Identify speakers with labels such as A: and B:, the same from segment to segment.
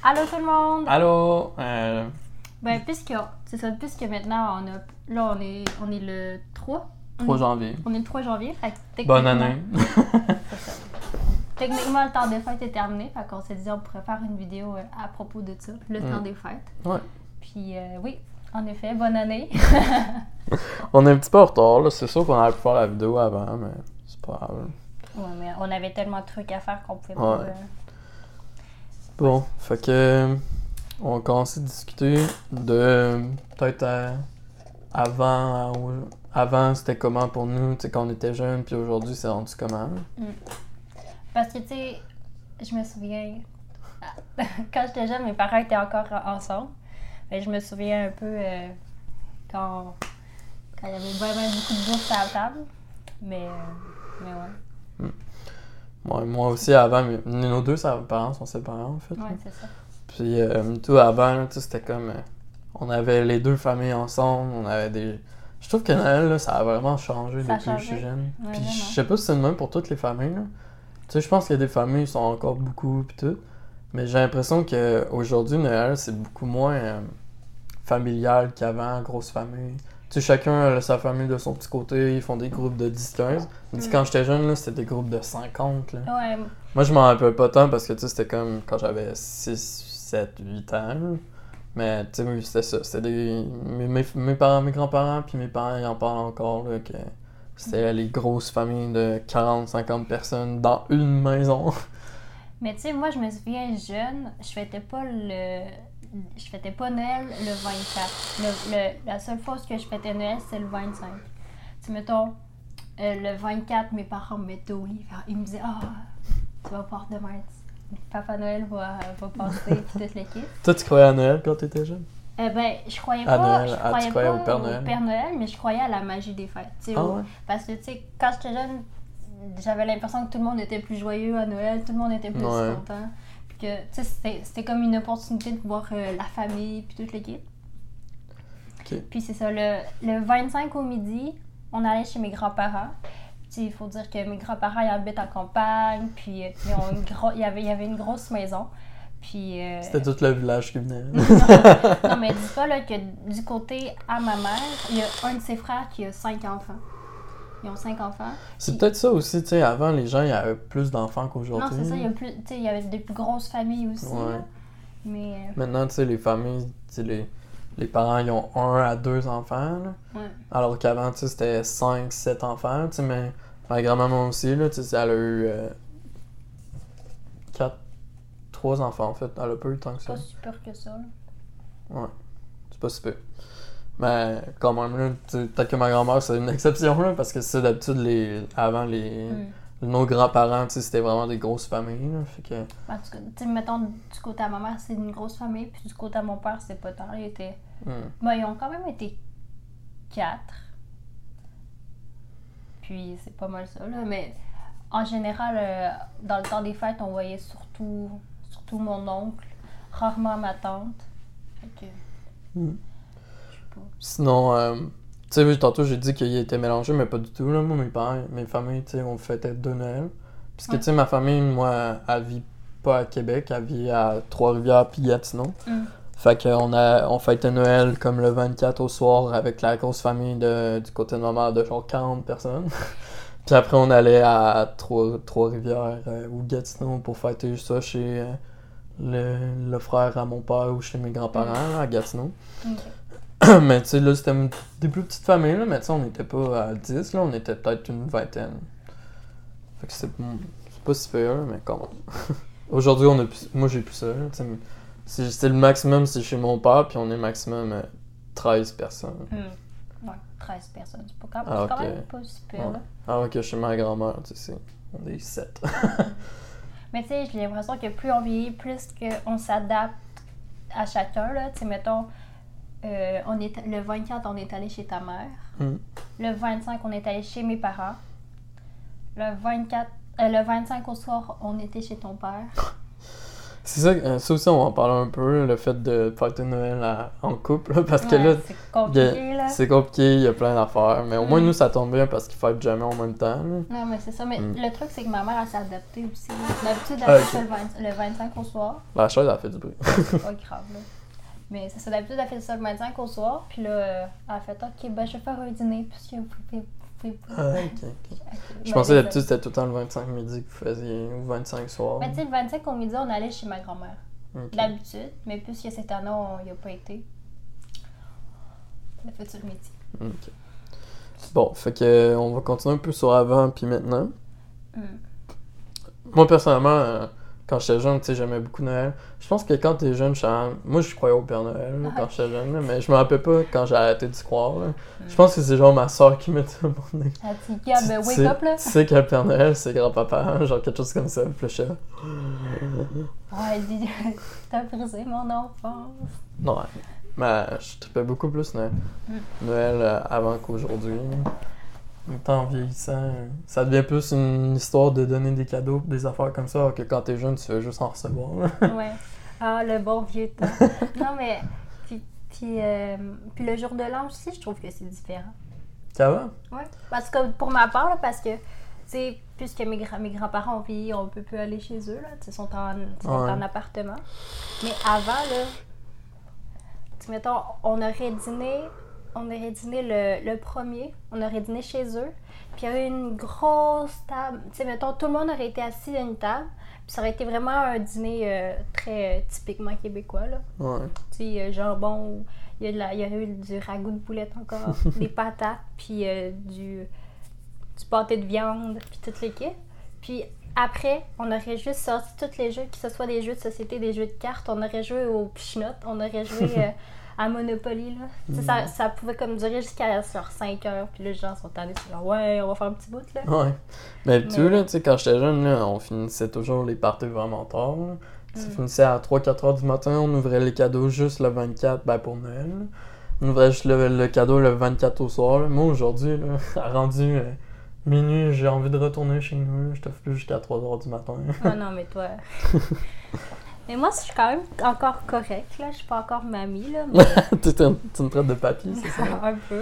A: Allô tout le monde!
B: Allô!
A: Ben, puisque maintenant, on est le 3.
B: 3 janvier.
A: On est le 3 janvier, fait que
B: Bonne année!
A: C'est ça. Techniquement, le temps des fêtes est terminé, fait qu'on s'est dit on pourrait faire une vidéo à propos de ça, le temps des fêtes.
B: Ouais.
A: Puis oui, en effet, bonne année!
B: On est un petit peu en retard, là. C'est sûr qu'on aurait pu faire la vidéo avant, mais c'est pas grave.
A: Ouais, mais on avait tellement de trucs à faire qu'on pouvait
B: Ouais.
A: pas...
B: Bon, fait que... On va commencer à discuter de... Peut-être avant, c'était comment pour nous, tu sais, quand on était jeunes, puis aujourd'hui, c'est rendu comment?
A: Parce que, tu sais, je me souviens... Quand j'étais jeune, mes parents étaient encore ensemble. Mais je me souviens un peu quand il y avait vraiment beaucoup de bouffe à la table. Mais ouais.
B: Ouais, moi aussi, avant, nos deux parents sont séparés, en fait.
A: Ouais, c'est ça.
B: Puis, tout avant, là, tu sais, c'était comme... on avait les deux familles ensemble, on avait des... Je trouve que Noël, là, ça a vraiment changé depuis que je suis jeune.
A: Ouais,
B: Puis,
A: vraiment.
B: je sais pas si c'est le même pour toutes les familles, là. Tu sais, je pense qu'il y a des familles qui sont encore beaucoup, pis tout. Mais j'ai l'impression qu'aujourd'hui, Noël, c'est beaucoup moins familial qu'avant, grosse famille. Tu sais, chacun a sa famille de son petit côté, ils font des groupes de 10-15. Quand j'étais jeune, là, c'était des groupes de 50, là.
A: Ouais.
B: Moi, je m'en rappelle pas tant parce que, tu sais, c'était comme quand j'avais 6, 7, 8 ans, là. Mais, tu sais, c'était ça. C'était mes parents, mes grands-parents, puis mes parents, ils en parlent encore, là, que c'était les grosses familles de 40, 50 personnes dans une maison.
A: Mais tu sais, moi, je me souviens jeune, je fêtais pas Noël le 24. La seule fois que je fêtais Noël, c'est le 25. Tu sais, mettons, le 24, mes parents me mettaient au lit. Ils me disaient « Ah, tu vas voir demain, Papa Noël va passer, puis toute l'équipe. »
B: Toi, tu croyais à Noël quand t'étais jeune?
A: Ben, je croyais
B: À
A: pas,
B: Noël. Tu croyais au Père Noël?
A: Mais je croyais à la magie des fêtes. Tu sais,
B: Ouais?
A: parce que, tu sais, quand j'étais jeune, j'avais l'impression que tout le monde était plus joyeux à Noël, tout le monde était plus content. Puis que, tu sais, c'était comme une opportunité de voir la famille, puis toute l'équipe.
B: Ok.
A: Puis c'est ça, le 25 au midi, on allait chez mes grands-parents. Il faut dire que mes grands-parents ils habitent en campagne, puis il y avait une grosse maison. Puis,
B: C'était tout le village qui venait.
A: non, mais dis pas là, que du côté à ma mère, il y a un de ses frères qui a 5 enfants. Ils ont 5 enfants.
B: C'est peut-être ça aussi, tu sais, avant, les gens, il y avait plus d'enfants qu'aujourd'hui.
A: Non, c'est ça, il y avait des plus grosses familles aussi.
B: Ouais.
A: Là. Mais,
B: Maintenant, tu sais, les familles, tu sais, les parents, ils ont 1 à 2 enfants, là.
A: Ouais.
B: Alors qu'avant, tu sais, c'était 5, 7 enfants, tu sais, mais ma grand-maman aussi, là, tu sais, elle a eu 3 enfants, en fait. Elle a pas eu tant que ça.
A: pas super que ça. Là.
B: Ouais, c'est pas super. Mais quand même, là, peut-être que ma grand-mère, c'est une exception, là, parce que c'est d'habitude, nos grands-parents, tu sais, c'était vraiment des grosses familles, là, fait que...
A: En tout cas, tu sais, mettons, du côté à ma mère, c'est une grosse famille, puis du côté à mon père, c'est pas tant. Ils ont quand même été 4. Puis c'est pas mal ça, là, mais en général, dans le temps des fêtes, on voyait surtout mon oncle, rarement ma tante. Fait que... Je sais pas.
B: Sinon, tu sais, tantôt j'ai dit qu'il était mélangé, mais pas du tout, là. Moi, mes familles, tu sais, on fêtait 2 Noël. Parce que, tu sais, ma famille, moi, elle vit pas à Québec, elle vit à Trois-Rivières puis Gatineau. Fait qu'on fêtait Noël comme le 24 au soir avec la grosse famille du côté de ma mère de genre 40 personnes. Puis après, on allait à Trois-Rivières ou Gatineau pour fêter ça chez le frère à mon père ou chez mes grands-parents là, à Gatineau.
A: Okay.
B: Mais tu sais, là, c'était des plus petites familles, là, mais tu sais, on n'était pas à 10, là, on était peut-être une vingtaine. Fait que c'est pas si pire, mais quand même. Aujourd'hui, moi, j'ai plus ça, là, tu sais. C'est le maximum, c'est chez mon père, puis on est maximum 13 personnes.
A: Ouais, 13 personnes. C'est quand même pas super,
B: ouais.
A: là.
B: Ah, ok, chez ma grand-mère, tu sais, on est 7.
A: Mais tu sais, j'ai l'impression que plus on vieillit, plus qu'on s'adapte à chacun, là. Tu sais, mettons, le 24, on est allé chez ta mère. Le 25, on est allé chez mes parents. Le 25 au soir, on était chez ton père.
B: C'est ça aussi, on va en parler un peu, le fait de fêter Noël en couple, là, parce que là,
A: c'est compliqué, là.
B: c'est compliqué, il y a plein d'affaires, mais au moins nous, ça tombe bien parce qu'ils fêtent jamais en même temps. Là.
A: Non, mais c'est ça, mais le truc, c'est que ma mère, elle s'est adaptée aussi. D'habitude, elle
B: Ah,
A: fait ça le 25 au soir.
B: La chaise, elle fait du bruit.
A: C'est pas grave, là. Mais c'est ça, d'habitude, elle fait ça le 25 au soir, puis là, elle a fait « Ok, ben je vais faire un dîner, puisque vous pouvez pas. »
B: Ah, ok. Je pensais d'habitude c'était tout le temps le 25 midi que vous faisiez, ou 25 soir.
A: Ben, tu sais, le 25 au midi, on allait chez ma grand-mère.
B: Okay.
A: D'habitude, mais puisque cette année, on y a pas été, on a fait ça le midi.
B: Ok. Bon, fait que on va continuer un peu sur avant puis maintenant. Moi, personnellement, quand j'étais jeune, tu sais, j'aimais beaucoup Noël. Je pense que quand t'es jeune, moi, je croyais au Père Noël là, quand j'étais jeune, là, mais je me rappelle pas quand j'ai arrêté d'y croire. Là. Je pense que c'est genre ma soeur qui mettait mon nez.
A: Elle dit, ben, wake up, là.
B: Tu sais que le Père Noël, c'est grand-papa, hein, genre quelque chose comme ça. Puis là, je suis là.
A: Ouais, elle dit, t'as brisé mon enfance.
B: Non, mais je trippais beaucoup plus Noël avant qu'aujourd'hui. Le temps vieillissant, ça devient plus une histoire de donner des cadeaux, des affaires comme ça, alors que quand t'es jeune, tu veux juste en recevoir.
A: Ouais. Ah, le bon vieux temps. Non, mais. Puis le jour de l'an aussi, je trouve que c'est différent.
B: Qu'avant?
A: Ouais. Parce que pour ma part, là, parce que, tu sais, puisque mes grands-parents ont vieilli, on peut plus aller chez eux, là. Ils sont en appartement. Mais avant, là, tu mettons, on aurait dîné le premier, on aurait dîné chez eux, puis il y avait une grosse table, tu sais, mettons, tout le monde aurait été assis à une table, puis ça aurait été vraiment un dîner très typiquement québécois, là.
B: Ouais.
A: Tu sais, jambon, il y aurait eu du ragoût de boulette encore, des patates, puis du pâté de viande, puis toute l'équipe. Puis après, on aurait juste sorti tous les jeux, que ce soit des jeux de société, des jeux de cartes, on aurait joué au pichenotte, on aurait joué à Monopoly, là. Ça pouvait comme durer jusqu'à genre 5 heures, puis là, les gens sont tannés, c'est genre, ouais, on va faire un petit bout, là.
B: Ouais. Mais tu là, tu sais, quand j'étais jeune, là, on finissait toujours les parties vraiment tard, là. Ça finissait à 3-4 heures du matin, on ouvrait les cadeaux juste le 24, ben pour Noël, là. On ouvrait juste le cadeau le 24 au soir, là. Moi, aujourd'hui, là, rendu minuit, j'ai envie de retourner chez nous, là. Je t'offre plus jusqu'à 3 heures du matin.
A: Ah non, mais toi... Mais moi, je suis quand même encore correcte, là. Je suis pas encore mamie, là. Mais...
B: Tu me traites de papy, c'est ça?
A: Un peu.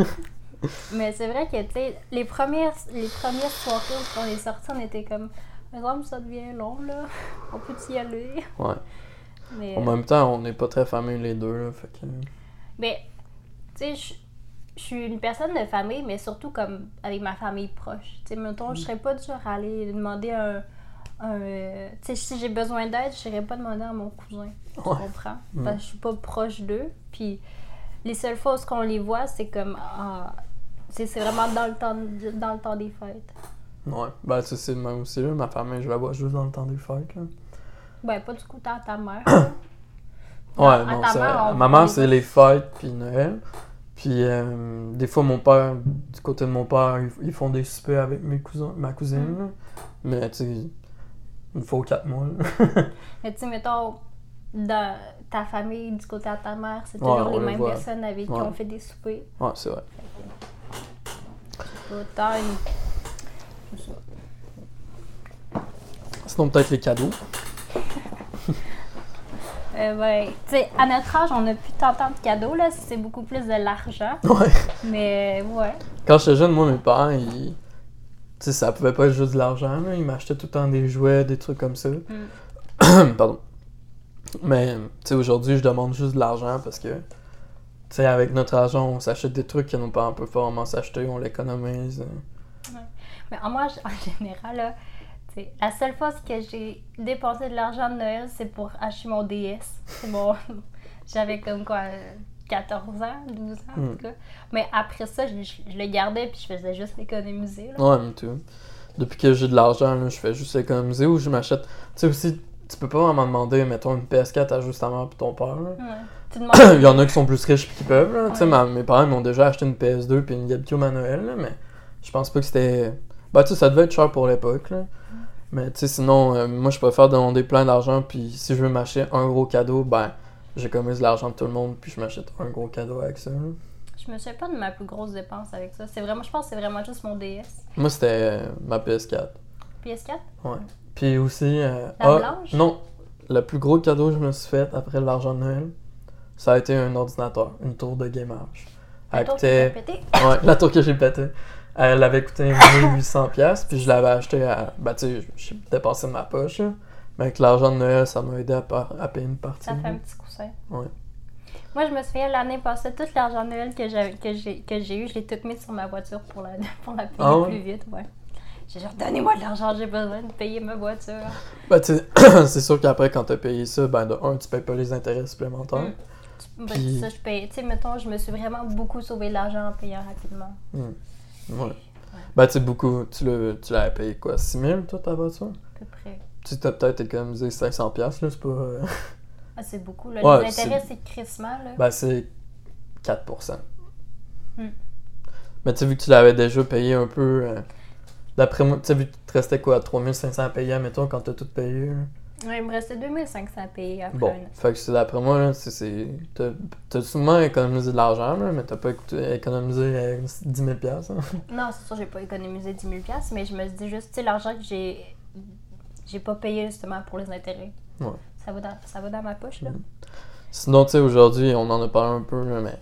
A: Mais c'est vrai que, tu sais, les premières soirées où on est sortis, on était comme... Par exemple, ça devient long, là. On peut y aller.
B: Ouais.
A: Mais,
B: en même temps, on n'est pas très famille les deux, là, fait que...
A: Mais, tu sais, je suis une personne de famille, mais surtout comme avec ma famille proche. Tu sais, mettons, je serais pas du genre à aller demander tu sais, si j'ai besoin d'aide, je n'irais pas demander à mon cousin. Tu comprends? Parce que je suis pas proche d'eux. Puis les seules fois où on les voit, c'est comme... c'est vraiment dans le temps des fêtes.
B: Ouais. Ben, c'est le même aussi, là. Ma famille, je la vois juste dans le temps des fêtes, là.
A: Ben, pas du coup, t'as ta mère.
B: Ouais, non, c'est vrai. Ma mère, c'est les fêtes, puis Noël. Puis des fois, mon père, du côté de mon père, ils font des soupers avec ma cousine, là. Mais, tu sais... Une fois aux 4 mois.
A: Mais tu sais, mettons, dans ta famille, du côté de ta mère, c'est toujours les mêmes personnes avec qui on fait des soupers.
B: Ouais, c'est vrai.
A: Autant
B: Sinon, peut-être les cadeaux.
A: Ben, tu sais, à notre âge, on n'a plus tant de cadeaux, là. C'est beaucoup plus de l'argent.
B: Ouais.
A: Mais, ouais.
B: Quand j'étais jeune, moi, mes parents, ils... Tu sais, ça pouvait pas être juste de l'argent, là. Ils m'achetaient tout le temps des jouets, des trucs comme ça. Pardon. Mais, tu sais, aujourd'hui, je demande juste de l'argent parce que, tu sais, avec notre argent, on s'achète des trucs que nos parents peuvent pas vraiment s'acheter, on l'économise.
A: Ouais. Mais moi, en général, là, tu sais, la seule fois que j'ai dépensé de l'argent de Noël, c'est pour acheter mon DS. C'est bon. J'avais comme quoi... 14 ans, 12 ans en tout cas. Mais après ça, je le gardais puis je faisais juste l'économiser. Là.
B: Ouais, mais tout. Depuis que j'ai de l'argent, là, je fais juste l'économiser ou je m'achète. Tu sais aussi, tu peux pas vraiment demander, mettons, une PS4 à juste ta mère puis ton père. Là.
A: Ouais. Tu demandes...
B: Il y en a qui sont plus riches puis qui peuvent. Là. Tu sais, mes parents m'ont déjà acheté une PS2 puis une GameCube à Noël, là, mais je pense pas que c'était. Bah, tu sais, ça devait être cher pour l'époque. Là. Mais tu sais, sinon, moi, je préfère demander plein d'argent puis si je veux m'acheter un gros cadeau, ben. J'économise l'argent de tout le monde, puis je m'achète un gros cadeau avec ça. Là.
A: Je me souviens pas de ma plus grosse dépense avec ça. Je pense que c'est vraiment juste mon DS.
B: Moi, c'était ma PS4.
A: PS4?
B: Ouais. Puis aussi...
A: La blanche?
B: Non, le plus gros cadeau que je me suis fait après l'argent de Noël, ça a été un ordinateur, une tour de gamage.
A: La tour que t'as pété?
B: Ouais, la tour que j'ai pété. Elle avait coûté 1800$, puis je l'avais acheté à... Ben, tu sais, j'ai dépensé de ma poche, là. Mais avec l'argent de Noël, ça m'a aidé à payer une partie.
A: Ça fait un petit coussin.
B: Ouais.
A: Moi, je me souviens, l'année passée, tout l'argent de Noël que j'ai eu, je l'ai tout mis sur ma voiture pour la payer plus vite, ouais. J'ai genre, donnez-moi de l'argent, j'ai besoin de payer ma voiture.
B: Ben, tu sais, c'est sûr qu'après, quand t'as payé ça, ben, de un, tu payes pas les intérêts supplémentaires.
A: Puis... ça, je paye. Tu sais, mettons, je me suis vraiment beaucoup sauvé de l'argent en payant rapidement.
B: Ouais. Ben, tu sais, beaucoup, tu l'avais payé quoi, 6 000, toi, ta voiture?
A: À peu près.
B: Tu t'as peut-être économisé 500$, là, c'est pas...
A: Ah, c'est beaucoup, là.
B: Ouais,
A: les intérêts, c'est crissement, là.
B: Ben, c'est 4%. Mais tu sais, vu que tu l'avais déjà payé un peu... D'après moi, tu sais, vu que tu te restais quoi, 3500 à payer, mettons, quand t'as tout payé, là?
A: Ouais, il me restait 2500 à payer après.
B: Bon, fait que c'est d'après moi, là, t'as sûrement économisé de l'argent, là, mais t'as pas économisé 10 000$. Hein?
A: Non, c'est sûr, j'ai pas économisé 10 000$, mais je me dis juste, tu sais, l'argent que j'ai pas payé justement pour les intérêts.
B: Ouais.
A: Ça va dans ma poche, là.
B: Sinon, tu sais, aujourd'hui, on en a parlé un peu, là, mais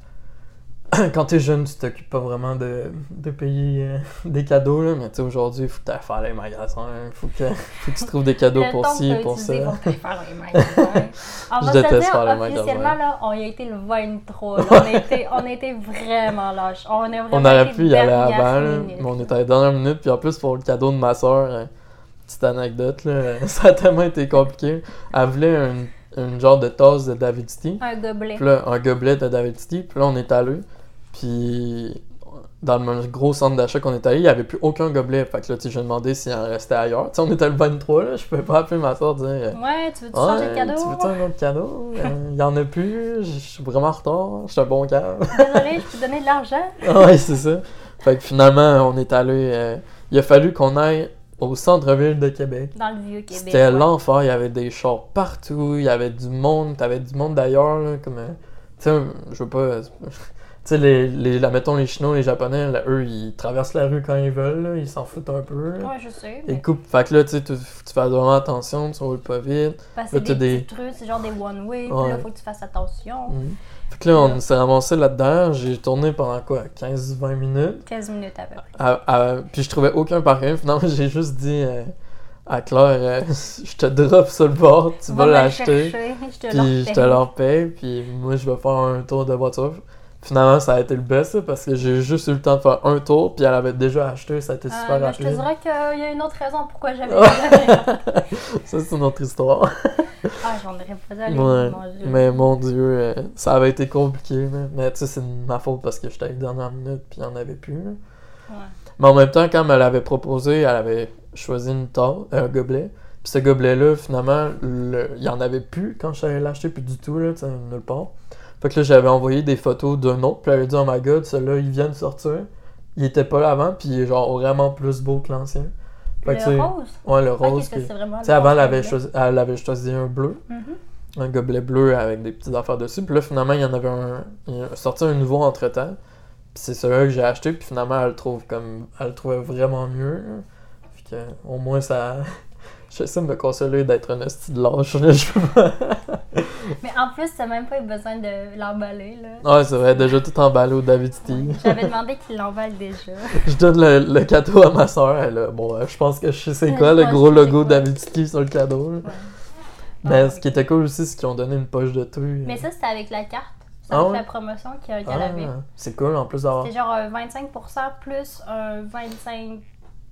B: quand t'es jeune, tu t'occupes pas vraiment de payer des cadeaux, là, mais tu sais, aujourd'hui, il faut que t'ailles faire les magasins, faut que tu trouves des cadeaux pour ci et pour ça.
A: Faut que t'ailles faire les magasins. On va se dire, officiellement, là, on y a été le 23, là. On a été vraiment lâches. On
B: aurait pu y aller avant, là, mais on était à la dernière minute, puis en plus, pour le cadeau de ma soeur, petite anecdote, là, ça a tellement été compliqué. Elle voulait une genre de tasse de David City.
A: Un gobelet.
B: Puis là, un gobelet de David City. Puis là, on est allé. Puis dans le gros centre d'achat qu'on est allé, il n'y avait plus aucun gobelet. Fait que là, tu sais, j'ai demandé s'il en restait ailleurs. Tu sais, on était le 23, là. Je pouvais pas appeler ma soeur et dire...
A: Ouais, tu veux-tu changer de cadeau?
B: Tu veux-tu un autre cadeau? Il y en a plus. Je suis vraiment en retard. Je suis un bon gars.
A: Désolée, je peux donner de l'argent?
B: Ouais, c'est ça. Fait que finalement, on est allé... il a fallu qu'on aille au centre-ville de Québec.
A: Dans le vieux Québec.
B: C'était l'enfer, il y avait des chars partout, il y avait du monde, t'avais du monde d'ailleurs, là, comme... tu sais, je veux pas... Tu sais, mettons les Chinois, les Japonais, là, eux, ils traversent la rue quand ils veulent, là, ils s'en foutent un peu.
A: Ouais, je sais.
B: Ils coupent, fait que là, tu sais, tu fais vraiment attention, tu roules pas vite.
A: Parce que c'est des petits trucs, c'est genre des one-way, puis là, faut que tu fasses attention.
B: Fait que là, on s'est ramassé là-dedans, j'ai tourné pendant quoi, 15-20 minutes?
A: 15 minutes à peu près.
B: Puis je trouvais aucun parking, finalement, j'ai juste dit... à Claire, je te drop sur le bord, tu vas l'acheter, puis je te le repaye, puis moi je vais faire un tour de voiture. Finalement, ça a été le best, là, parce que j'ai juste eu le temps de faire un tour, puis elle avait déjà acheté, ça a été super rapide.
A: Je te dirais qu'il y a une autre raison pourquoi j'avais pas.
B: Ça, c'est une autre histoire.
A: J'en aurais pas allé,
B: ouais, mais mon Dieu, ça avait été compliqué, mais tu sais, c'est ma faute parce que j'étais à la dernière minute, puis il n'y en avait plus. Là.
A: Ouais.
B: Mais en même temps, quand elle me l'avait proposé, elle avait choisi un gobelet. Puis ce gobelet-là, finalement, il n'y en avait plus quand je suis allé l'acheter, plus du tout, là, tu sais, nulle part. Fait que là, j'avais envoyé des photos d'un autre, puis elle avait dit « Oh my god, celui-là, il vient de sortir. » Il était pas là avant, puis il est genre vraiment plus beau que l'ancien.
A: Fait que le rose?
B: Ouais, le rose.
A: Okay,
B: tu sais, avant, elle avait choisi un bleu. Un gobelet bleu avec des petites affaires dessus. Puis là, finalement, il y en avait il a sorti un nouveau entre-temps. Puis c'est celui-là que j'ai acheté, puis finalement, elle le trouvait vraiment mieux. Là. Fait que, au moins, ça... J'essaie de me consoler d'être un hostie de lâche.
A: Mais en plus, t'as même pas eu besoin de l'emballer, là.
B: Ouais, c'est vrai, déjà tout emballé au David City.
A: J'avais demandé qu'il l'emballe déjà.
B: Je donne le cadeau à ma soeur, elle a... Bon, je pense que je sais c'est quoi, le gros logo David City sur le cadeau. Ouais. Mais ce qui était cool aussi, c'est qu'ils ont donné une poche de trucs.
A: Mais ça, c'était avec la carte. C'est avec la promotion qu'elle avait.
B: C'est cool, en plus d'avoir...
A: C'était genre 25% plus un 25...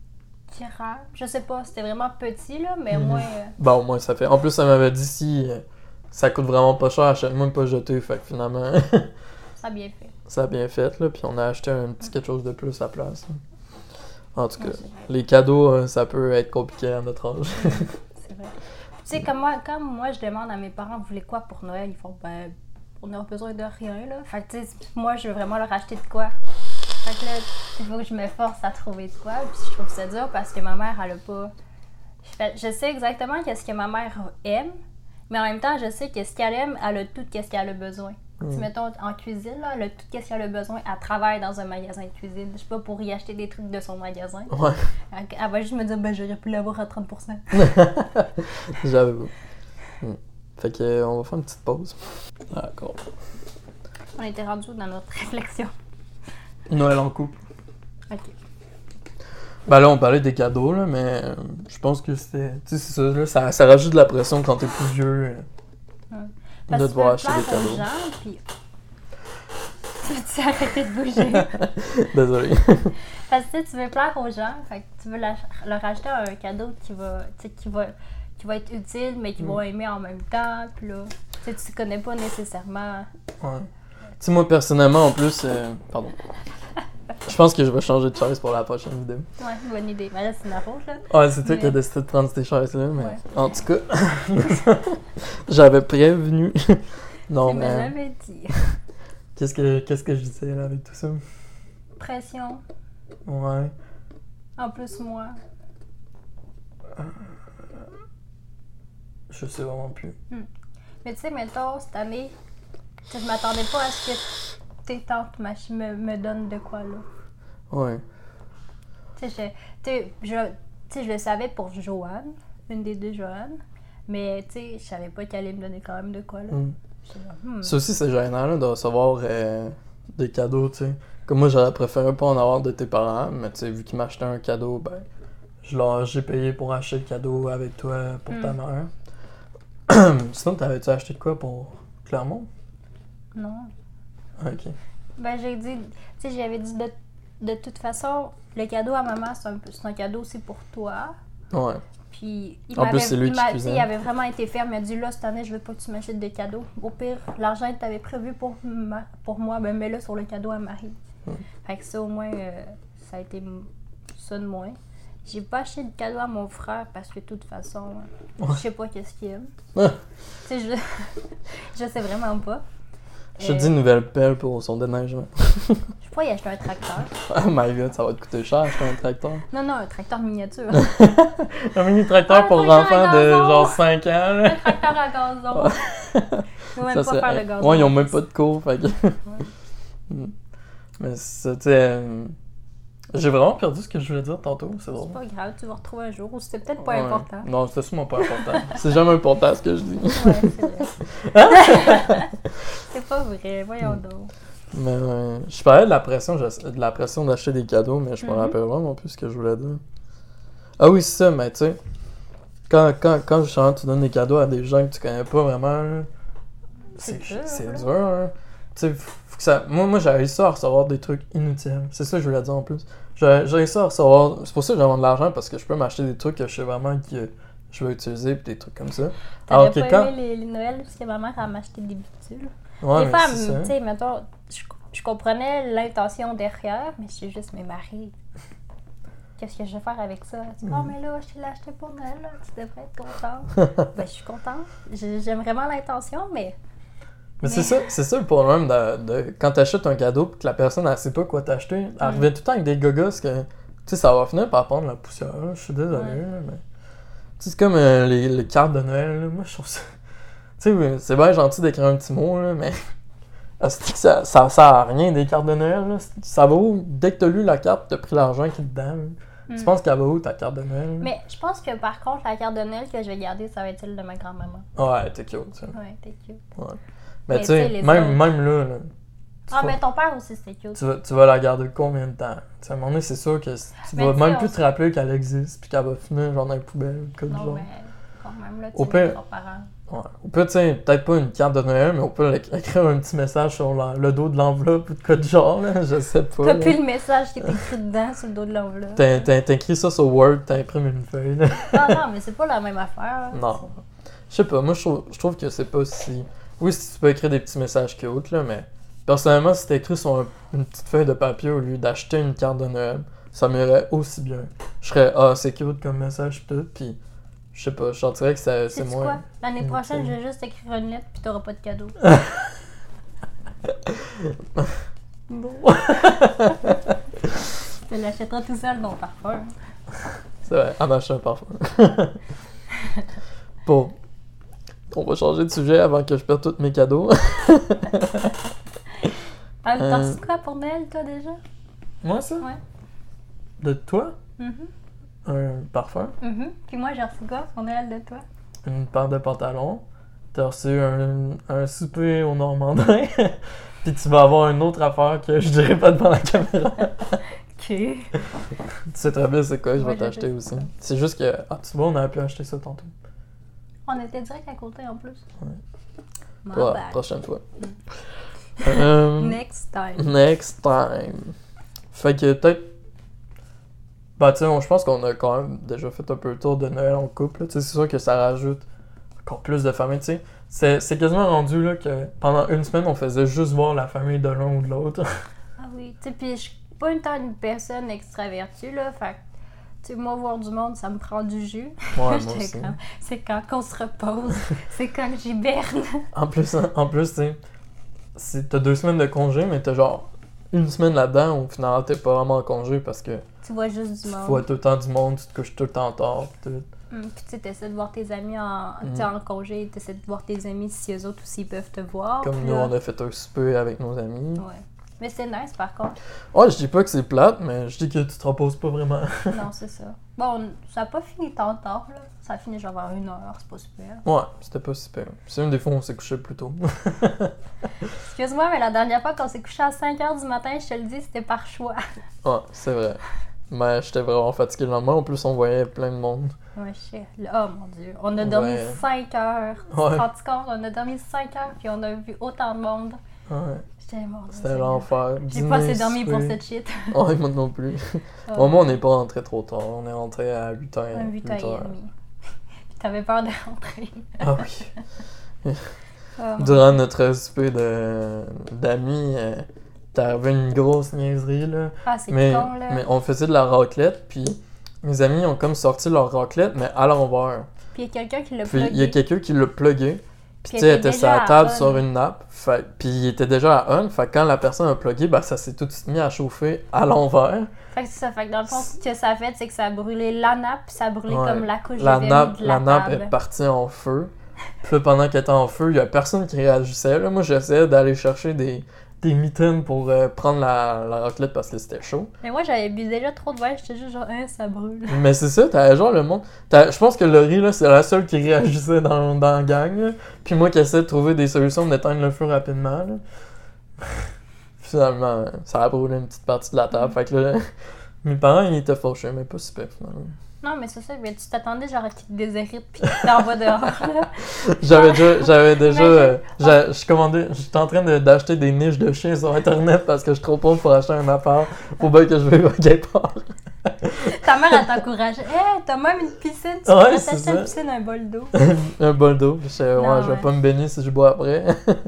A: Je sais pas, c'était vraiment petit, là, mais au moins...
B: Bon, au moins, ça fait... En plus, ça m'avait dit si ça coûte vraiment pas cher, achète-moi une poche de thé, fait que finalement...
A: ça a bien fait.
B: Ça a bien fait, là, puis on a acheté un petit quelque chose de plus à la place. Là. En tout cas, les cadeaux, ça peut être compliqué à notre âge.
A: C'est vrai. Tu sais, comme moi, je demande à mes parents, vous voulez quoi pour Noël? Ils font, ben, on a besoin de rien, là. Fait que, tu sais, moi, je veux vraiment leur acheter de quoi. Fait que là, il faut que je me force à trouver de quoi. Puis je trouve ça dur parce que ma mère, elle a pas... Je sais exactement qu'est-ce que ma mère aime, mais en même temps, je sais que ce qu'elle aime, elle a tout qu'est-ce qu'elle a besoin. Si, mettons, en cuisine, là, elle a tout qu'est-ce qu'elle a besoin. Elle travaille dans un magasin de cuisine. Je sais pas pour y acheter des trucs de son magasin.
B: Ouais.
A: Elle va juste me dire, ben, j'aurais pu l'avoir à 30%.
B: J'avoue. Fait que on va faire une petite pause. D'accord.
A: On était rendu dans notre réflexion.
B: Noël en couple.
A: OK.
B: Ben là, on parlait des cadeaux, là, mais je pense que c'était... Tu sais, c'est ça, là, ça rajoute de la pression quand t'es plus vieux
A: Parce
B: de
A: que
B: devoir
A: tu
B: acheter
A: veux
B: des
A: plaire
B: cadeaux.
A: aux gens, puis... Tu arrêter de bouger.
B: Désolé.
A: Parce que tu veux plaire aux gens, fait que tu veux leur acheter un cadeau qui va être utile, mais qu'ils vont aimer en même temps. Puis là, tu connais pas nécessairement.
B: Ouais. Tu sais, moi, personnellement, en plus... Pardon. Je pense que je vais changer de chaise pour la prochaine vidéo.
A: Ouais, bonne idée. Mais là, c'est ma faute, là.
B: Ouais, c'est toi
A: Mais-
B: qui as décidé de prendre ces chaises-là, mais...
A: Ouais.
B: En tout cas, j'avais prévenu. Non,
A: Tu me
B: mais...
A: l'avais dit.
B: Qu'est-ce que je disais, là, avec tout ça?
A: Pression.
B: Ouais.
A: En plus, moi.
B: Je sais vraiment plus.
A: Mais tu sais, mettons, cette année, je m'attendais pas à ce que tes tantes me donnent de quoi, là.
B: Ouais.
A: Tu sais, je le savais pour Joanne, une des deux Joanne, mais tu sais, je savais pas qu'elle allait me donner quand même de quoi, là. J'étais là,
B: Ça aussi, c'est gênant, là, de recevoir des cadeaux, tu sais. Comme moi, j'aurais préféré pas en avoir de tes parents, mais tu sais, vu qu'ils m'achetaient un cadeau, ben, j'ai payé pour acheter le cadeau avec toi pour ta mère. Sinon, t'avais-tu acheté de quoi pour Clermont?
A: Non.
B: Ok.
A: Ben, j'ai dit, tu sais, j'avais dit de toute façon, le cadeau à maman, c'est un cadeau aussi pour toi.
B: Ouais.
A: Puis,
B: En plus, c'est lui qui cuisine.
A: il avait vraiment été ferme. Il a dit, là, cette année, je veux pas que tu m'achètes des cadeaux. Au pire, l'argent que tu avais prévu pour moi, ben, mets-le sur le cadeau à Marie. Fait que ça, au moins, ça a été ça de moins. J'ai pas acheté de cadeau à mon frère parce que, de toute façon, je sais pas qu'est-ce qu'il aime.
B: Ouais.
A: Tu sais, je sais vraiment pas.
B: Je te dis une nouvelle pelle pour son déneigement.
A: Je pourrais y acheter un tracteur.
B: Oh my god, ça va te coûter cher acheter un tracteur.
A: Non, un tracteur miniature.
B: Un mini tracteur pour
A: tracteur
B: enfants
A: à
B: de
A: gazon.
B: genre 5 ans, là.
A: Un tracteur à gazon. Je veux même pas faire le gazon.
B: Ouais, ils ont même pas de cours, fait que... Mais c'est ça, tu sais... J'ai vraiment perdu ce que je voulais dire tantôt, c'est drôle.
A: C'est pas grave, tu vas retrouver un jour. Ou c'était peut-être pas
B: Ouais.
A: important.
B: Non, c'était sûrement pas important. C'est jamais important ce que je dis.
A: Ouais, c'est vrai. C'est pas vrai, voyons donc.
B: Mais je parlais de la pression d'acheter des cadeaux, mais je me rappelle vraiment plus ce que je voulais dire. Ah oui, c'est ça, mais tu sais, quand justement tu donnes des cadeaux à des gens que tu connais pas vraiment, là, c'est dur, hein. Tu sais, faut que ça... Moi j'ai réussi à recevoir des trucs inutiles. C'est ça que je voulais dire en plus. J'ai réussi à recevoir... C'est pour ça que j'ai de l'argent, parce que je peux m'acheter des trucs que je sais vraiment que je vais utiliser, pis des trucs comme ça.
A: T'avais pas aimé les Noëls parce que ma mère elle m'achetait des bidules.
B: Ouais,
A: des fois,
B: c'est ça.
A: tu sais, mettons, je comprenais l'intention derrière, mais je juste, mais Marie, qu'est-ce que je vais faire avec ça? Tu dis, oh, mais là, je te l'ai acheté pour Noël, là, tu devrais être contente. Ben, je suis contente. J'aime vraiment l'intention, mais.
B: Mais c'est ça le problème de quand t'achètes un cadeau pis que la personne elle sait pas quoi t'acheter, elle revient tout le temps avec des gogos que, tu sais, ça va finir par prendre la poussière, là. Je suis désolé, là, mais... Tu sais, c'est comme les cartes de Noël, là. Moi je trouve ça... Tu sais, c'est bien gentil d'écrire un petit mot, là, mais... Ça sert à rien des cartes de Noël, là. Ça va où? Dès que t'as lu la carte, t'as pris l'argent qui est dedans, là. Tu penses qu'elle va où ta carte de Noël? Là?
A: Mais je pense que par contre, la carte de Noël que je vais garder, ça va être celle de ma grand-maman.
B: Ouais, t'es cute, ça.
A: Ouais, t'es cute.
B: Ouais. Mais tu
A: tu sais,
B: sais,
A: les
B: même là,
A: mais ton père aussi, c'était cute.
B: tu vas la garder combien de temps? T'sais, à un moment donné, c'est sûr que tu
A: Mais
B: vas
A: tu sais,
B: même plus te rappeler qu'elle existe puis qu'elle va finir genre dans la poubelle, comme
A: Non,
B: genre.
A: mais quand même, là,
B: Au
A: tu
B: pire-
A: es ton parent.
B: Ouais. On peut, tu sais, peut-être pas une carte de Noël, mais on peut écrire un petit message sur le dos de l'enveloppe ou de quoi de genre, là, je sais pas.
A: T'as
B: là.
A: plus le message qui est écrit dedans sur le dos de l'enveloppe.
B: T'écris ça sur Word, t'imprimes une feuille, là.
A: Non, mais c'est pas la même affaire.
B: Non. Je sais pas, moi je trouve que c'est pas si... Oui, si tu peux écrire des petits messages cute, là, mais personnellement, si t'écris sur une petite feuille de papier au lieu d'acheter une carte de Noël, ça m'irait aussi bien. Je serais, c'est cute comme message pis tout, pis je sais pas, je sentirais que c'est
A: Sais-tu
B: moins...
A: quoi? L'année prochaine, je vais juste écrire une lettre pis t'auras pas de cadeau.
B: Bon.
A: Tu l'achèteras tout seul, ton parfum.
B: C'est vrai, en acheter un parfum. Bon. On va changer de sujet avant que je perde tous mes cadeaux.
A: T'as reçu quoi pour Noël, toi, déjà?
B: Moi, ça?
A: Ouais.
B: De toi?
A: Mhm.
B: Un parfum,
A: Mhm. Puis moi, j'ai reçu quoi pour Noël de toi?
B: une paire de pantalons, t'as reçu un souper au Normandin, puis tu vas avoir une autre affaire que je dirais pas devant la caméra.
A: Ok.
B: Tu sais très bien c'est quoi, je vais
A: Ouais,
B: t'acheter
A: je
B: aussi.
A: sais.
B: C'est juste que, tu vois, on aurait pu acheter ça tantôt.
A: On était direct à côté en plus.
B: Ouais.
A: My
B: Ouais,
A: bad.
B: prochaine fois.
A: Next time.
B: Next time. Fait que peut-être. Bah, tu sais, je pense qu'on a quand même déjà fait un peu le tour de Noël en couple. Tu sais, c'est sûr que ça rajoute encore plus de famille. Tu sais, c'est quasiment rendu là que pendant une semaine, on faisait juste voir la famille de l'un ou de l'autre.
A: Ah oui, tu sais, puis je suis pas une personne extravertie, là, fait que, tu sais, moi, voir du monde, ça me prend du jus.
B: Ouais, moi
A: J'étais
B: aussi.
A: comme, c'est quand qu'on se repose, c'est quand que j'hiberne.
B: En plus, tu sais, t'as 2 semaines de congé, mais t'as genre une semaine là-dedans où finalement t'es pas vraiment en congé parce que
A: Tu vois juste
B: tu
A: du monde.
B: vois tout le temps du monde, tu te couches tout le temps tard. Pis tout.
A: Puis tu sais, t'essaies de voir tes amis tu sais, en congé, t'essaies de voir tes amis si eux autres aussi peuvent te voir.
B: Comme
A: puis
B: nous,
A: là-
B: on a fait un souper avec nos amis.
A: Ouais. Mais c'est nice par contre.
B: Ouais, je dis pas que c'est plate, mais je dis que tu te reposes pas vraiment.
A: Non, c'est ça. Bon, ça a pas fini tant tard, là. Ça a fini genre vers 1h, c'est pas super.
B: Ouais, c'était pas super. C'est une des fois où on s'est couché plus tôt.
A: Excuse-moi, mais la dernière fois qu'on s'est couché à 5h du matin, je te le dis, c'était par choix.
B: Ouais, c'est vrai. Mais j'étais vraiment fatigué le lendemain. En plus, on voyait plein de monde.
A: Ouais, je sais. Oh mon dieu. On a dormi
B: Ouais.
A: 5 heures. Tu te
B: Ouais.
A: rends compte? On a dormi 5 heures puis on a vu autant de monde.
B: Ouais,
A: J'étais mort.
B: c'était l'enfer.
A: J'ai
B: Dîner,
A: pas assez dormi pour
B: souper.
A: cette shit.
B: Ouais, moi non plus.
A: Oh,
B: Moi, on n'est pas rentré trop tard. On est rentré à 8h.
A: 8h30. Puis t'avais peur de rentrer.
B: Ah oui.
A: Oh, mon
B: Durant notre souper d'amis, t'es arrivé une grosse niaiserie, là.
A: Ah, c'est
B: Mais,
A: con, là.
B: mais on faisait de la raclette, puis mes amis ont comme sorti leur raclette, mais à l'envers.
A: Puis il y a quelqu'un qui l'a
B: Puis il y a
A: plugué.
B: quelqu'un qui l'a plugué, puis
A: Puis
B: tu sais, elle était sur la
A: déjà
B: table
A: à
B: sur
A: on.
B: une nappe, puis il était déjà à on, fait que quand la personne a plugué, ben ça s'est tout de suite mis à chauffer à l'envers.
A: Fait que c'est ça. Fait que dans le fond, ce que ça a fait, c'est que ça a brûlé la nappe, puis ça a brûlé
B: Ouais.
A: comme la couche
B: La
A: de vernis
B: nappe,
A: de la
B: la nappe
A: table.
B: est partie en feu. Puis là, pendant qu'elle était en feu, il y a personne qui réagissait. Là, moi, j'essayais d'aller chercher des mitaines pour prendre la raclette parce que c'était chaud.
A: Mais moi, j'avais bu déjà trop de verre, j'étais juste genre, ça brûle.
B: Mais c'est ça, t'avais genre le monde. Je pense que Laurie, là, c'est la seule qui réagissait dans la gang. Là. Puis moi qui essayais de trouver des solutions d'éteindre le feu rapidement. Là. Finalement, ça a brûlé une petite partie de la table. Fait que là, mes parents, ils étaient fâchés, mais pas super finalement.
A: Non, mais c'est ça, mais tu t'attendais genre à qu'il te déshérite puis qu'il t'envoie dehors, là.
B: J'avais déjà,
A: Imagine.
B: j'étais en train d'acheter des niches de chiens sur internet parce que je suis trop pauvre pour acheter un appart. Faut bien que je vais à quelque part.
A: Ta mère, elle t'encourageait. Hey, t'as même une piscine, tu
B: Ouais,
A: pourrais
B: c'est
A: t'acheter
B: ça.
A: une piscine, un bol d'eau.
B: Un bol d'eau. Je sais,
A: Non,
B: je vais
A: ouais.
B: pas me baigner si je bois après.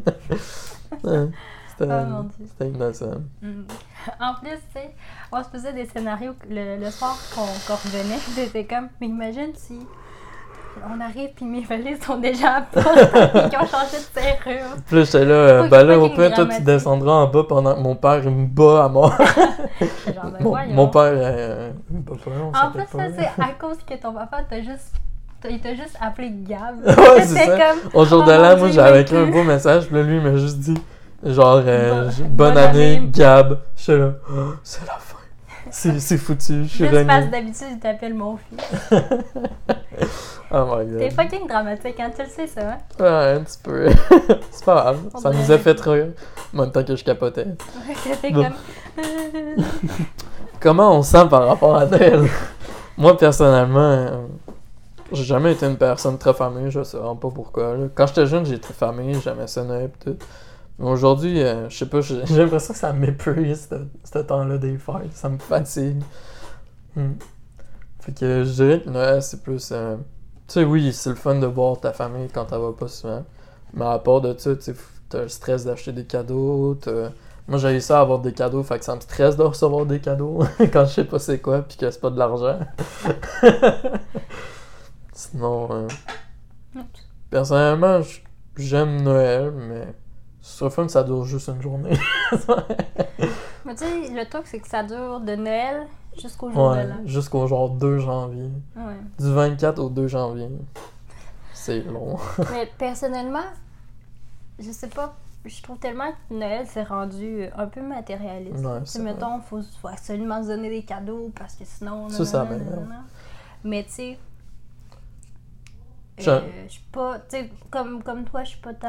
B: C'était
A: Oh mon Dieu.
B: c'était innocent.
A: Mm. En plus, tu sais, on se faisait des scénarios le soir qu'on revenait. C'était comme, mais imagine si on arrive puis mes valises sont déjà à porte et qu'ils ont changé de serrure.
B: Puis là, j'étais là,
A: Faut
B: ben là,
A: fucking
B: au pire, toi, tu
A: dramatique.
B: descendras en bas pendant que mon père, il me bat à mort.
A: J'étais genre, ben
B: mon,
A: voyons.
B: mon père, il me bat pas, on
A: En
B: s'appelle
A: plus,
B: pas.
A: ça, c'est à cause que ton papa il t'a juste appelé Gab.
B: Ouais, c'est ça.
A: Comme,
B: Au jour
A: oh
B: de
A: mon
B: l'an,
A: Dieu,
B: moi,
A: il
B: j'avais
A: m'aime
B: écrit un
A: plus.
B: beau message, puis là, lui, il m'a juste dit, genre, bonne
A: bonne
B: année,
A: année.
B: Gab. Je suis là, oh, c'est la fin. C'est foutu, je suis
A: Juste parce
B: renié.
A: que d'habitude, il t'appelle mon fils.
B: Oh my
A: T'es
B: god.
A: fucking dramatique, hein, tu le sais, ça, hein?
B: Ouais, un petit peu. C'est pas grave,
A: On
B: ça nous
A: dirait
B: a fait rire. En même temps que je capotais.
A: T'es
B: Bon.
A: comme...
B: Comment on se sent par rapport à Noël? Moi, personnellement, j'ai jamais été une personne très famille, je sais vraiment pas pourquoi. Là. Quand j'étais jeune, j'étais famille, j'aimais ça Noël et tout. Mais aujourd'hui, je sais pas, j'ai l'impression que ça m'épuise, ce temps-là des fêtes. Ça me fatigue. Fait que je dirais que Noël, c'est plus... tu sais, oui, c'est le fun de voir ta famille quand elle va pas souvent. Mais à part de ça, tu sais, t'as le stress d'acheter des cadeaux, Moi, j'ai eu ça à avoir des cadeaux, fait que ça me stresse de recevoir des cadeaux quand je sais pas c'est quoi pis que c'est pas de l'argent. Sinon, personnellement, j'aime Noël, mais ce serait fun que ça dure juste une journée.
A: Mais tu sais, le truc, c'est que ça dure de Noël jusqu'au jour de
B: Ouais,
A: l'an.
B: jusqu'au genre 2 janvier.
A: Ouais.
B: Du 24 au 2 janvier. C'est long.
A: Mais personnellement, je sais pas, je trouve tellement que Noël s'est rendu un peu matérialiste.
B: Ouais,
A: Tu sais,
B: c'est vrai.
A: mettons, faut absolument se donner des cadeaux parce que sinon...
B: Ça
A: nanana,
B: m'énerve.
A: nanana. Mais tu sais,
B: Je-
A: Je suis pas, tu sais, comme toi, je suis pas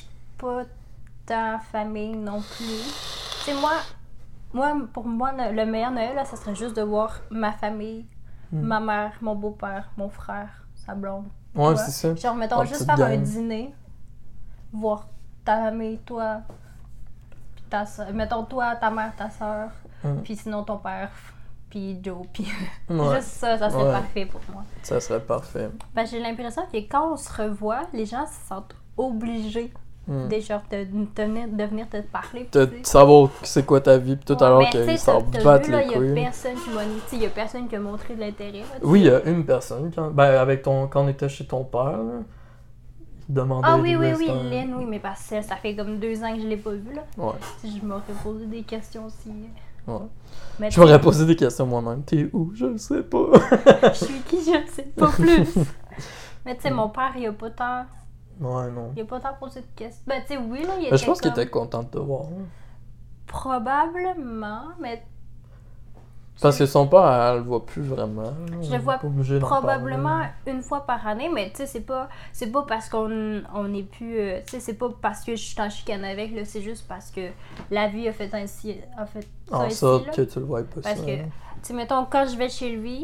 A: tant famille non plus. Tu sais, pour moi, le meilleur Noël, là, ça serait juste de voir ma famille, ma mère, mon beau-père, mon frère, sa blonde.
B: Ouais,
A: toi.
B: c'est ça.
A: Genre, mettons,
B: En
A: juste
B: petite
A: faire un
B: gang.
A: dîner, voir ta famille, toi, puis ta soeur, mettons toi, ta mère, ta soeur, puis sinon ton père, puis Joe, puis
B: Ouais.
A: juste ça serait
B: Ouais.
A: parfait pour moi.
B: Ça serait parfait.
A: Ben, j'ai l'impression que quand on se revoit, les gens se sentent obligés déjà de venir te parler.
B: De
A: tu sais.
B: savoir c'est quoi ta vie, pis tout
A: Ouais,
B: alors
A: mais tu sais,
B: qu'ils s'en
A: t'as
B: battent
A: vu, là,
B: les
A: il y a
B: couilles.
A: personne qui m'a tu sais, il y a personne qui a montré de l'intérêt. là, tu
B: Oui, il y
A: sais.
B: a une personne, avec quand on était chez ton père, là, il demandait
A: Ah oui,
B: où
A: oui,
B: est-ce
A: oui,
B: qu'on-
A: Lynn, oui, mais parce que ça fait comme 2 ans que je l'ai pas vue, là.
B: Ouais,
A: Si je m'aurais posé des questions aussi.
B: ouais.
A: Mais
B: Je
A: tu
B: m'aurais posé des questions moi-même. T'es où? Je le sais pas.
A: sais, je suis qui, je ne sais pas plus. Mais tu sais, mon père, il a pas tant posé de questions. Ben, tu sais, oui, là, il était
B: Mais je pense qu'il
A: comme...
B: était content de te voir. Là.
A: Probablement, mais...
B: Parce que son père, elle le voit plus vraiment. Là.
A: Je
B: On
A: le
B: est
A: vois
B: pas obligé d'en
A: probablement
B: parler.
A: une fois par année, mais tu sais, c'est pas parce qu'on est plus... tu sais, c'est pas parce que je suis en chicane avec, là, c'est juste parce que la vie a fait ça
B: En
A: ici,
B: sorte
A: là.
B: que tu le vois pas
A: Parce
B: ça.
A: que, tu sais, mettons, quand je vais chez lui,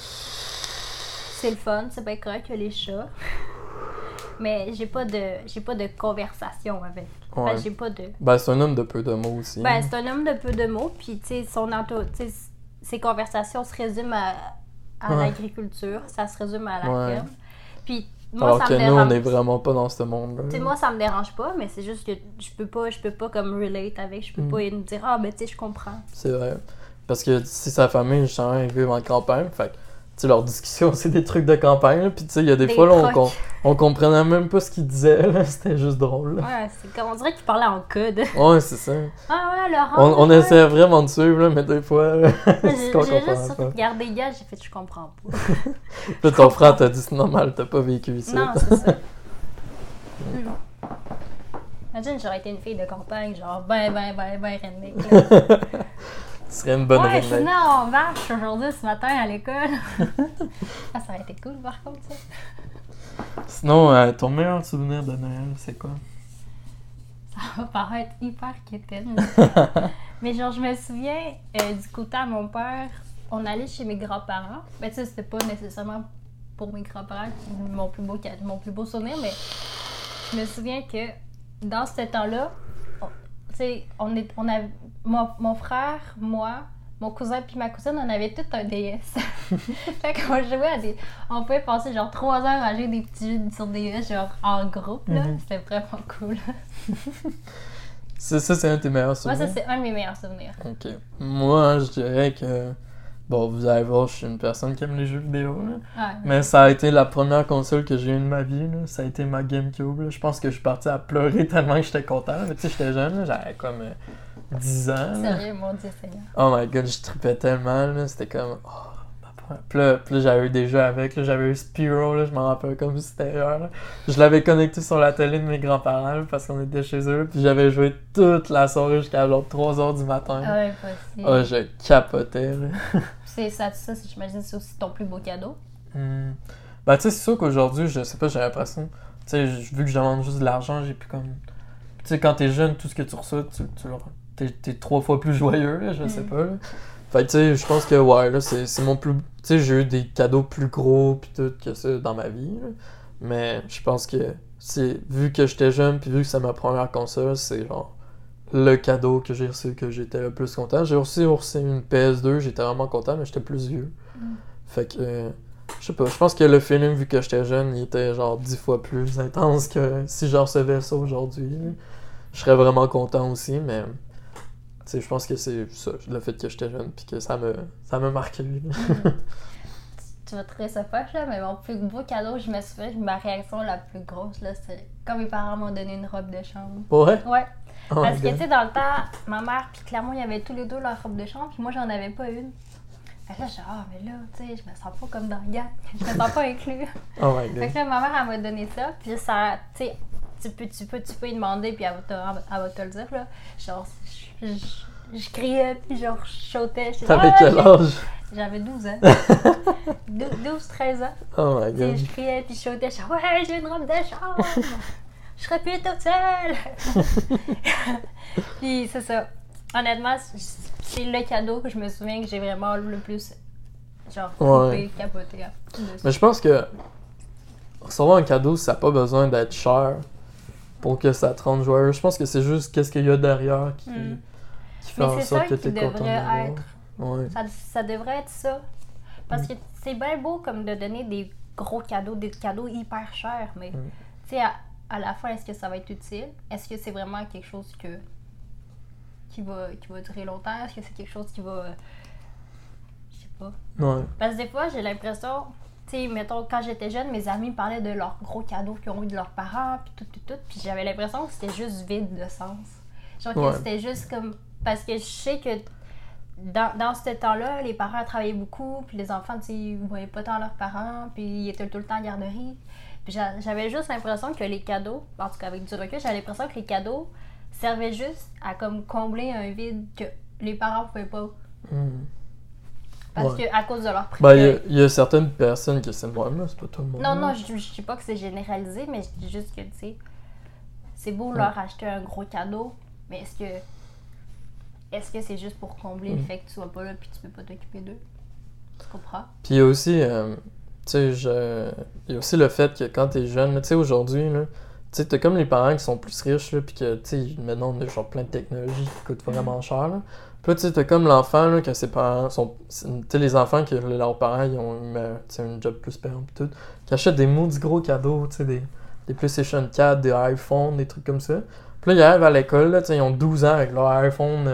A: c'est le fun, c'est bien correct que les chats. Mais j'ai pas de conversation avec.
B: Ouais.
A: Ben, j'ai pas de...
B: Ben, c'est un homme de peu de mots aussi.
A: Ben, c'est un homme de peu de mots, puis tu sais, ses conversations se résument à
B: Ouais.
A: l'agriculture, ça se résume à la
B: Ouais.
A: ferme. Puis moi,
B: alors
A: ça
B: que
A: me
B: nous,
A: dérange.
B: on est vraiment pas dans ce monde-là.
A: Tu sais, moi, ça me dérange pas, mais c'est juste que je peux pas comme relate avec, je peux pas me dire, ah, ben, tu sais, je comprends.
B: C'est vrai. Parce que si sa famille, justement, ils vivent en campagne, fait que, tu sais, leurs discussions, c'est des trucs de campagne, là. Puis, tu sais, il y a des
A: Des
B: fois, là,
A: trocs.
B: on comprenait même pas ce qu'ils disaient, là. C'était juste drôle, là.
A: Ouais, c'est comme, on dirait qu'il parlait en code.
B: Ouais, c'est ça.
A: Ah ouais, Laurent.
B: On essayait vraiment de suivre, là, mais des fois, là,
A: J'ai
B: c'est qu'on
A: j'ai
B: comprend
A: juste
B: pas.
A: regardé gars, j'ai fait, je comprends pas.
B: Puis ton frère t'a dit, c'est normal, t'as pas vécu ici.
A: Non, c'est ça. Imagine, j'aurais été une fille de campagne, genre, ben redneck, là.
B: Tu serais une bonne
A: Ouais, je suis
B: redneck.
A: venue en vache aujourd'hui, ce matin, à l'école. Ah, ça aurait été cool, par contre, ça.
B: Sinon, ton meilleur souvenir de Noël, c'est quoi?
A: Ça va paraître hyper quétaine. Mais genre, je me souviens, du côté à mon père, on allait chez mes grands-parents. Ben, tu sais, c'était pas nécessairement pour mes grands-parents mon plus beau souvenir, mais je me souviens que dans ce temps-là, tu sais, on avait, mon frère, moi, mon cousin puis ma cousine, on avait tout un DS. Fait qu'on jouait à on pouvait passer genre 3 heures à jouer des petits jeux sur DS, genre en groupe, là. C'était vraiment cool.
B: Ça, c'est un de tes meilleurs
A: Moi,
B: souvenirs?
A: ça, c'est un de mes meilleurs souvenirs.
B: Ok. Moi, je dirais que... Bon, vous allez voir, je suis une personne qui aime les jeux vidéo, là.
A: Ouais.
B: Mais ça a été la première console que j'ai eue de ma vie, là. Ça a été ma GameCube, là. Je pense que je suis parti à pleurer tellement que j'étais content. Mais tu sais, j'étais jeune, là. J'avais comme 10 ans, là.
A: Sérieux, mon Dieu Seigneur.
B: Oh my god, je trippais tellement, là. C'était comme... Oh, papa. Puis là, j'avais eu des jeux avec, là. J'avais eu Spyro, là. Je m'en rappelle comme si c'était hier, là. Je l'avais connecté sur la télé de mes grands-parents, là, parce qu'on était chez eux. Puis j'avais joué toute la soirée jusqu'à genre 3h du matin.
A: Ah ouais, possible.
B: Oh, je capotais, là.
A: J'imagine, c'est aussi ton plus beau cadeau.
B: Ben, tu sais, c'est sûr qu'aujourd'hui, je sais pas, j'ai l'impression. Tu sais, vu que je demande juste de l'argent, j'ai plus comme. Tu sais, quand t'es jeune, tout ce que tu reçois, t'es 3 fois plus joyeux, là, je sais pas, là. Fait que, tu sais, je pense que, ouais, là, c'est mon plus. Tu sais, j'ai eu des cadeaux plus gros, pis tout, que ça dans ma vie, là. Mais je pense que, vu que j'étais jeune, pis vu que c'est ma première console, c'est genre. Le cadeau que j'ai reçu, que j'étais le plus content. J'ai reçu une PS2, j'étais vraiment content, mais j'étais plus vieux. Fait que, je sais pas, je pense que le feeling, vu que j'étais jeune, il était genre 10 fois plus intense que si je recevais ça aujourd'hui. Là. Je serais vraiment content aussi, mais tu sais, je pense que c'est ça, le fait que j'étais jeune, puis que ça m'a marqué.
A: Tu vas trouver ça poche, là, mais mon plus beau cadeau, je me souviens, ma réaction la plus grosse, là, c'est quand mes parents m'ont donné une robe de chambre.
B: Ouais?
A: Ouais.
B: Oh
A: Parce
B: my
A: que,
B: God.
A: tu sais, dans le temps, ma mère puis Clermont, ils avaient tous les deux leur robe de chambre, puis moi, j'en avais pas une. Fait que là, je suis ah, mais là, tu sais, je me sens pas comme dans le gars. Je me sens pas inclus.
B: Oh my
A: Fait
B: god.
A: que là, ma mère, elle m'a donné ça, puis ça, tu sais, tu peux y demander, puis elle va te le dire, là. Genre, je criais, puis genre, je sautais.
B: T'avais quel âge?
A: J'avais 12 ans. 12-13 ans.
B: Oh my
A: Tu sais,
B: god.
A: je criais, puis je sautais. Je disais, ouais, j'ai une robe de chambre. Je serais plus toute seule. Puis c'est ça. Honnêtement, c'est le cadeau que je me souviens que j'ai vraiment le plus, genre,
B: Ouais.
A: capoté. Hein,
B: Mais je pense que recevoir un cadeau, ça n'a pas besoin d'être cher pour que ça te rende joyeux. Je pense que c'est juste qu'est-ce qu'il y a derrière qui fait
A: Mais
B: en
A: c'est
B: sorte
A: ça
B: que
A: qui
B: tu es content
A: devrait
B: d'avoir.
A: être.
B: Ouais.
A: Ça devrait être ça. Parce que c'est bien beau comme de donner des gros cadeaux, des cadeaux hyper chers, mais tu sais, à la fin, est-ce que ça va être utile? Est-ce que c'est vraiment quelque chose qui va durer longtemps? Est-ce que c'est quelque chose qui va... je sais pas.
B: Ouais.
A: Parce que des fois, j'ai l'impression, tu sais, mettons, quand j'étais jeune, mes amis me parlaient de leurs gros cadeaux qu'ils ont eu de leurs parents, puis tout, puis j'avais l'impression que c'était juste vide de sens. Genre que c'était juste comme... Parce que je sais que dans ce temps-là, les parents travaillaient beaucoup, puis les enfants, tu sais, ils voyaient pas tant leurs parents, puis ils étaient tout le temps en garderie. Puis j'avais juste l'impression que les cadeaux, en tout cas avec du recul, j'avais l'impression que les cadeaux servaient juste à comme combler un vide que les parents pouvaient pas. Parce que à cause de leur prix.
B: Ben, il y a certaines personnes qui c'est moi, c'est pas tout le monde.
A: Non, je dis pas que c'est généralisé, mais je dis juste que, tu sais, c'est beau leur acheter un gros cadeau, mais est-ce que c'est juste pour combler le fait que tu sois pas là puis tu peux pas t'occuper d'eux? Tu comprends?
B: Puis il y a aussi, tu sais, il y a aussi le fait que quand t'es jeune, tu sais, aujourd'hui, là, tu sais, t'as comme les parents qui sont plus riches, là, puis que, tu sais, maintenant, on a genre plein de technologies qui coûtent vraiment cher, là. Puis là, tu sais, t'as comme l'enfant, là, que ses parents sont... Tu sais, les enfants que leurs parents, ils ont un job plus payant pis tout, qui achètent des maudits gros cadeaux, tu sais, des PlayStation 4, des iPhones, des trucs comme ça. Puis là, ils arrivent à l'école, là, tu sais, ils ont 12 ans avec leur iPhone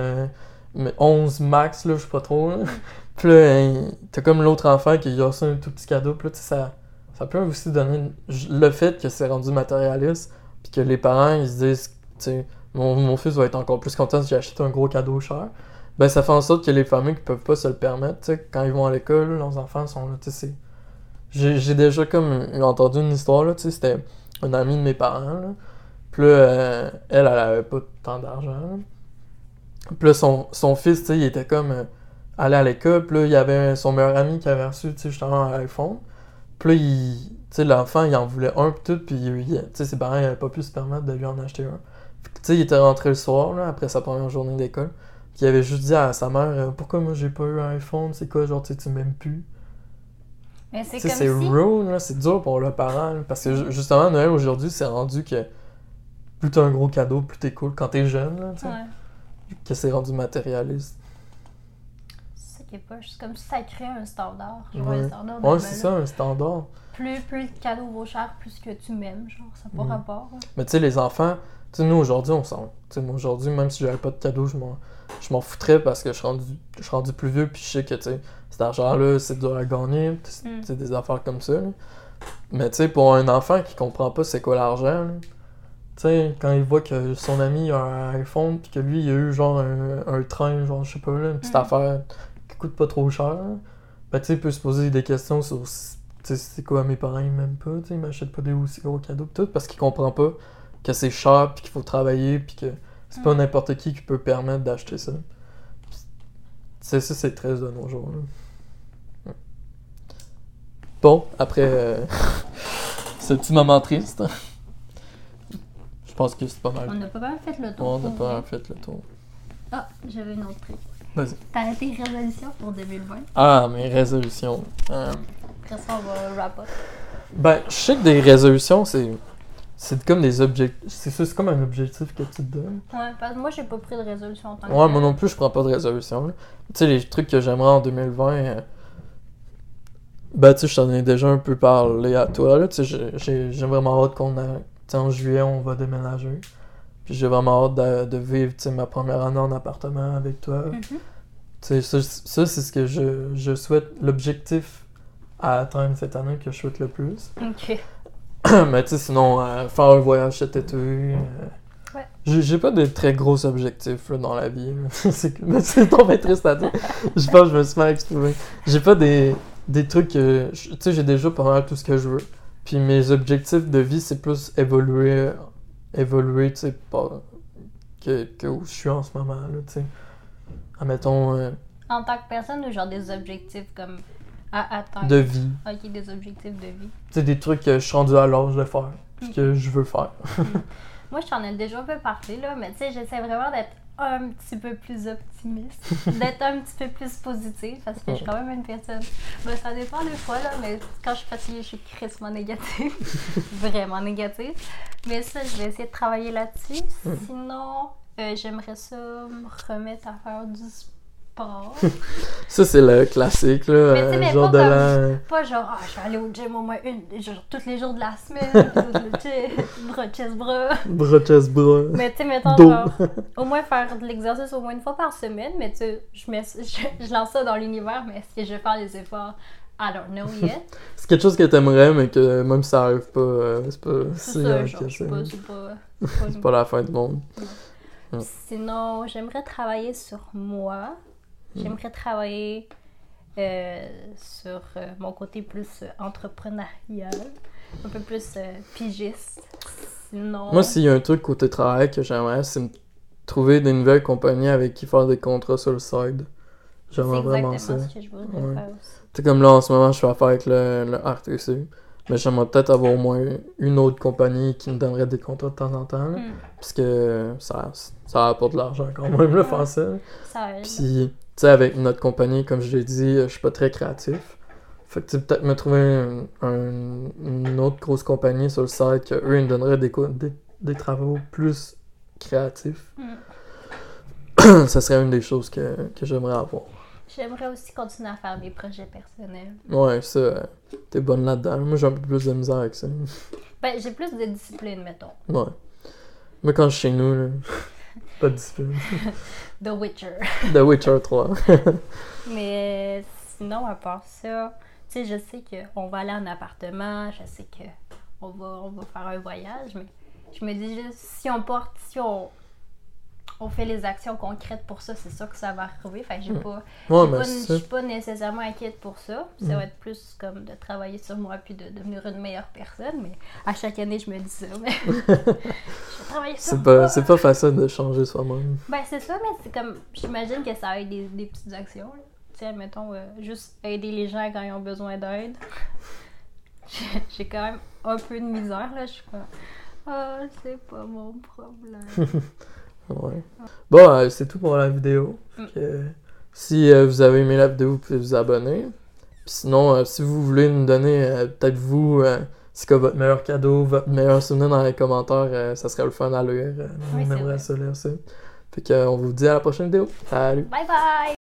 B: 11 Max, là, je sais pas trop, là. Puis là, t'as comme l'autre enfant qui a reçu un tout petit cadeau, puis là, tu sais, ça peut aussi donner le fait que c'est rendu matérialiste, puis que les parents, ils se disent, tu sais, mon fils va être encore plus content si j'ai acheté un gros cadeau cher. Ben, ça fait en sorte que les familles qui peuvent pas se le permettre, tu sais, quand ils vont à l'école, leurs enfants sont là, tu sais, j'ai déjà comme entendu une histoire, là, tu sais, c'était un ami de mes parents, là. Puis là, elle avait pas tant d'argent, là. Puis là, son fils, tu sais, il était comme allé à l'école, puis là, il y avait son meilleur ami qui avait reçu, tu sais, justement un iPhone. Puis là, tu sais, l'enfant, il en voulait un, puis tout, puis tu sais, ses parents n'avaient pas pu se permettre de lui en acheter un. Tu sais, il était rentré le soir, là, après sa première journée d'école, puis il avait juste dit à sa mère, pourquoi moi j'ai pas eu un iPhone, c'est quoi, genre, tu m'aimes plus.
A: Mais c'est
B: comme
A: comme
B: c'est
A: si...
B: rude, là, c'est dur pour le parent, là, parce que justement, Noël aujourd'hui, c'est rendu que plus t'as un gros cadeau, plus t'es cool quand t'es jeune, là, tu sais.
A: Ouais.
B: Que c'est rendu matérialiste.
A: C'est ça qui est pas... C'est comme si ça crée un standard. Genre
B: Ouais.
A: un standard de
B: Ouais,
A: ben
B: c'est
A: là,
B: ça, un standard.
A: Plus le cadeau vaut cher, plus que tu m'aimes. Genre, ça n'a pas rapport. Là.
B: Mais tu sais, les enfants, tu sais, nous aujourd'hui, on s'en. Tu sais, moi aujourd'hui, même si j'avais pas de cadeau, je m'en foutrais parce que je suis rendu plus vieux, puis je sais que, tu sais, cet argent-là, c'est dur à gagner, c'est des affaires comme ça, là. Mais tu sais, pour un enfant qui comprend pas c'est quoi l'argent, là, tu sais, quand il voit que son ami a un iPhone, puis que lui, il a eu genre un train, genre, je sais pas, là, une petite affaire qui coûte pas trop cher, là, ben tu sais, il peut se poser des questions sur, tu sais, c'est quoi, mes parents, ils m'aiment pas, tu sais, ils m'achètent pas des aussi gros cadeaux, pis tout, parce qu'il comprend pas que c'est cher, puis qu'il faut travailler, puis que c'est pas n'importe qui peut permettre d'acheter ça. Tu sais, ça, c'est triste de nos jours, là. Bon, après ce petit moment triste, je pense que c'est pas mal.
A: On n'a pas mal fait le tour.
B: On n'a pas mal fait le tour.
A: Ah, j'avais une autre truc.
B: Vas-y.
A: T'as tes résolutions pour 2020?
B: Ah, mes résolutions.
A: Après ça, on va wrap up.
B: Ben, je sais que des résolutions, c'est comme des objectifs. C'est ça, c'est comme un objectif que tu te donnes.
A: Ouais, parce que moi, j'ai pas pris de résolution en tant que
B: Ouais, moi non plus, je prends pas de résolution. Tu sais, les trucs que j'aimerais en 2020, ben, tu sais, je t'en ai déjà un peu parlé à toi, là. Tu sais, j'ai vraiment hâte qu'on a. Tu sais, en juillet, on va déménager. Puis j'ai vraiment hâte de vivre, tu sais, ma première année en appartement avec toi. Tu sais, ça c'est ce que je souhaite, l'objectif à atteindre cette année que je souhaite le plus.
A: Ok.
B: Mais tu sais, sinon, faire un voyage cet été.
A: Ouais.
B: J'ai pas de très gros objectifs là, dans la vie. C'est tombé triste à dire. Je pense que je me suis mal exprimé. J'ai pas des trucs que. Tu sais, j'ai déjà pas mal tout ce que je veux. Puis mes objectifs de vie, c'est plus évoluer tu sais, pas que où je suis en ce moment, là, tu sais. admettons,
A: En tant que personne ou genre des objectifs comme à atteindre?
B: de vie.
A: Ok, des objectifs de vie.
B: Tu sais, des trucs que je suis rendu à l'âge de faire, puis que je veux faire.
A: Moi, je t'en ai déjà un peu parlé, là, mais tu sais, j'essaie vraiment d'être un petit peu plus optimiste, d'être un petit peu plus positive, parce que je suis quand même une personne... Ben, ça dépend des fois, là, mais quand je suis fatiguée, je suis crissement négative. Vraiment négative. Mais ça, je vais essayer de travailler là-dessus. Sinon, j'aimerais ça me remettre à faire du sport.
B: Ça, c'est le classique, là.
A: Mais tu sais, mais
B: genre
A: pas
B: de
A: comme...
B: la...
A: Pas genre, ah, je vais aller au gym au moins genre, tous les jours de la semaine, bras, chest, bras.
B: Bras, chest, bras.
A: Mais tu sais, mettons,
B: dos.
A: genre, au moins faire de l'exercice au moins une fois par semaine, mais tu sais, je lance ça dans l'univers, mais est-ce que je vais faire les efforts? I don't know yet.
B: C'est quelque chose que t'aimerais, mais que même si ça arrive pas, c'est pas
A: C'est
B: si
A: ça,
B: grave
A: genre,
B: que
A: je sais
B: ça.
A: pas,
B: C'est pas la fin du monde.
A: Sinon, j'aimerais travailler sur moi. J'aimerais travailler sur mon côté plus entrepreneurial, un peu plus pigiste. Sinon...
B: Moi, s'il y a un truc côté travail que j'aimerais, c'est trouver des nouvelles compagnies avec qui faire des contrats sur le side. J'aimerais vraiment ça.
A: C'est exactement ce que je voudrais faire aussi.
B: Tu sais, comme là, en ce moment, je fais affaire avec le RTC. Mais j'aimerais peut-être avoir au moins une autre compagnie qui me donnerait des contrats de temps en temps. Là, parce que ça apporte de l'argent quand même, le faire ça.
A: Ça aide.
B: Puis, tu sais, avec notre compagnie, comme je l'ai dit, je suis pas très créatif. Fait que tu sais, peut-être me trouver une autre grosse compagnie sur le site qu'eux, ils me donneraient des travaux plus créatifs. Ça serait une des choses que j'aimerais avoir.
A: J'aimerais aussi continuer à faire des projets personnels.
B: Ouais, ça, t'es bonne là-dedans. Moi, j'ai un peu plus de misère avec ça.
A: Ben, j'ai plus de discipline, mettons.
B: Ouais. Mais quand je suis chez nous, là, pas de discipline.
A: The Witcher.
B: The Witcher 3.
A: Mais sinon, à part ça, tu sais, je sais qu'on va aller en appartement, je sais qu'on va faire un voyage, mais je me dis juste, si on fait les actions concrètes pour ça, c'est sûr que ça va arriver. Fait que je suis pas nécessairement inquiète pour ça. Ça va être plus comme de travailler sur moi puis de devenir une meilleure personne. Mais à chaque année, je me dis ça. Mais je vais travailler sur moi.
B: C'est pas facile de changer soi-même.
A: Ben, c'est ça, mais c'est comme... J'imagine que ça aide des petites actions. Tu sais, mettons, juste aider les gens quand ils ont besoin d'aide. J'ai quand même un peu de misère, là. Je suis comme... Ah, c'est pas mon problème.
B: Ouais. Bon, c'est tout pour la vidéo. Si vous avez aimé la vidéo, vous pouvez vous abonner. Puis sinon, si vous voulez nous donner, peut-être vous, c'est quoi votre meilleur cadeau, votre meilleur souvenir dans les commentaires, ça serait le fun à lire. On aimerait ça lire ça. Fait qu'on vous dit à la prochaine vidéo. Salut!
A: Bye bye!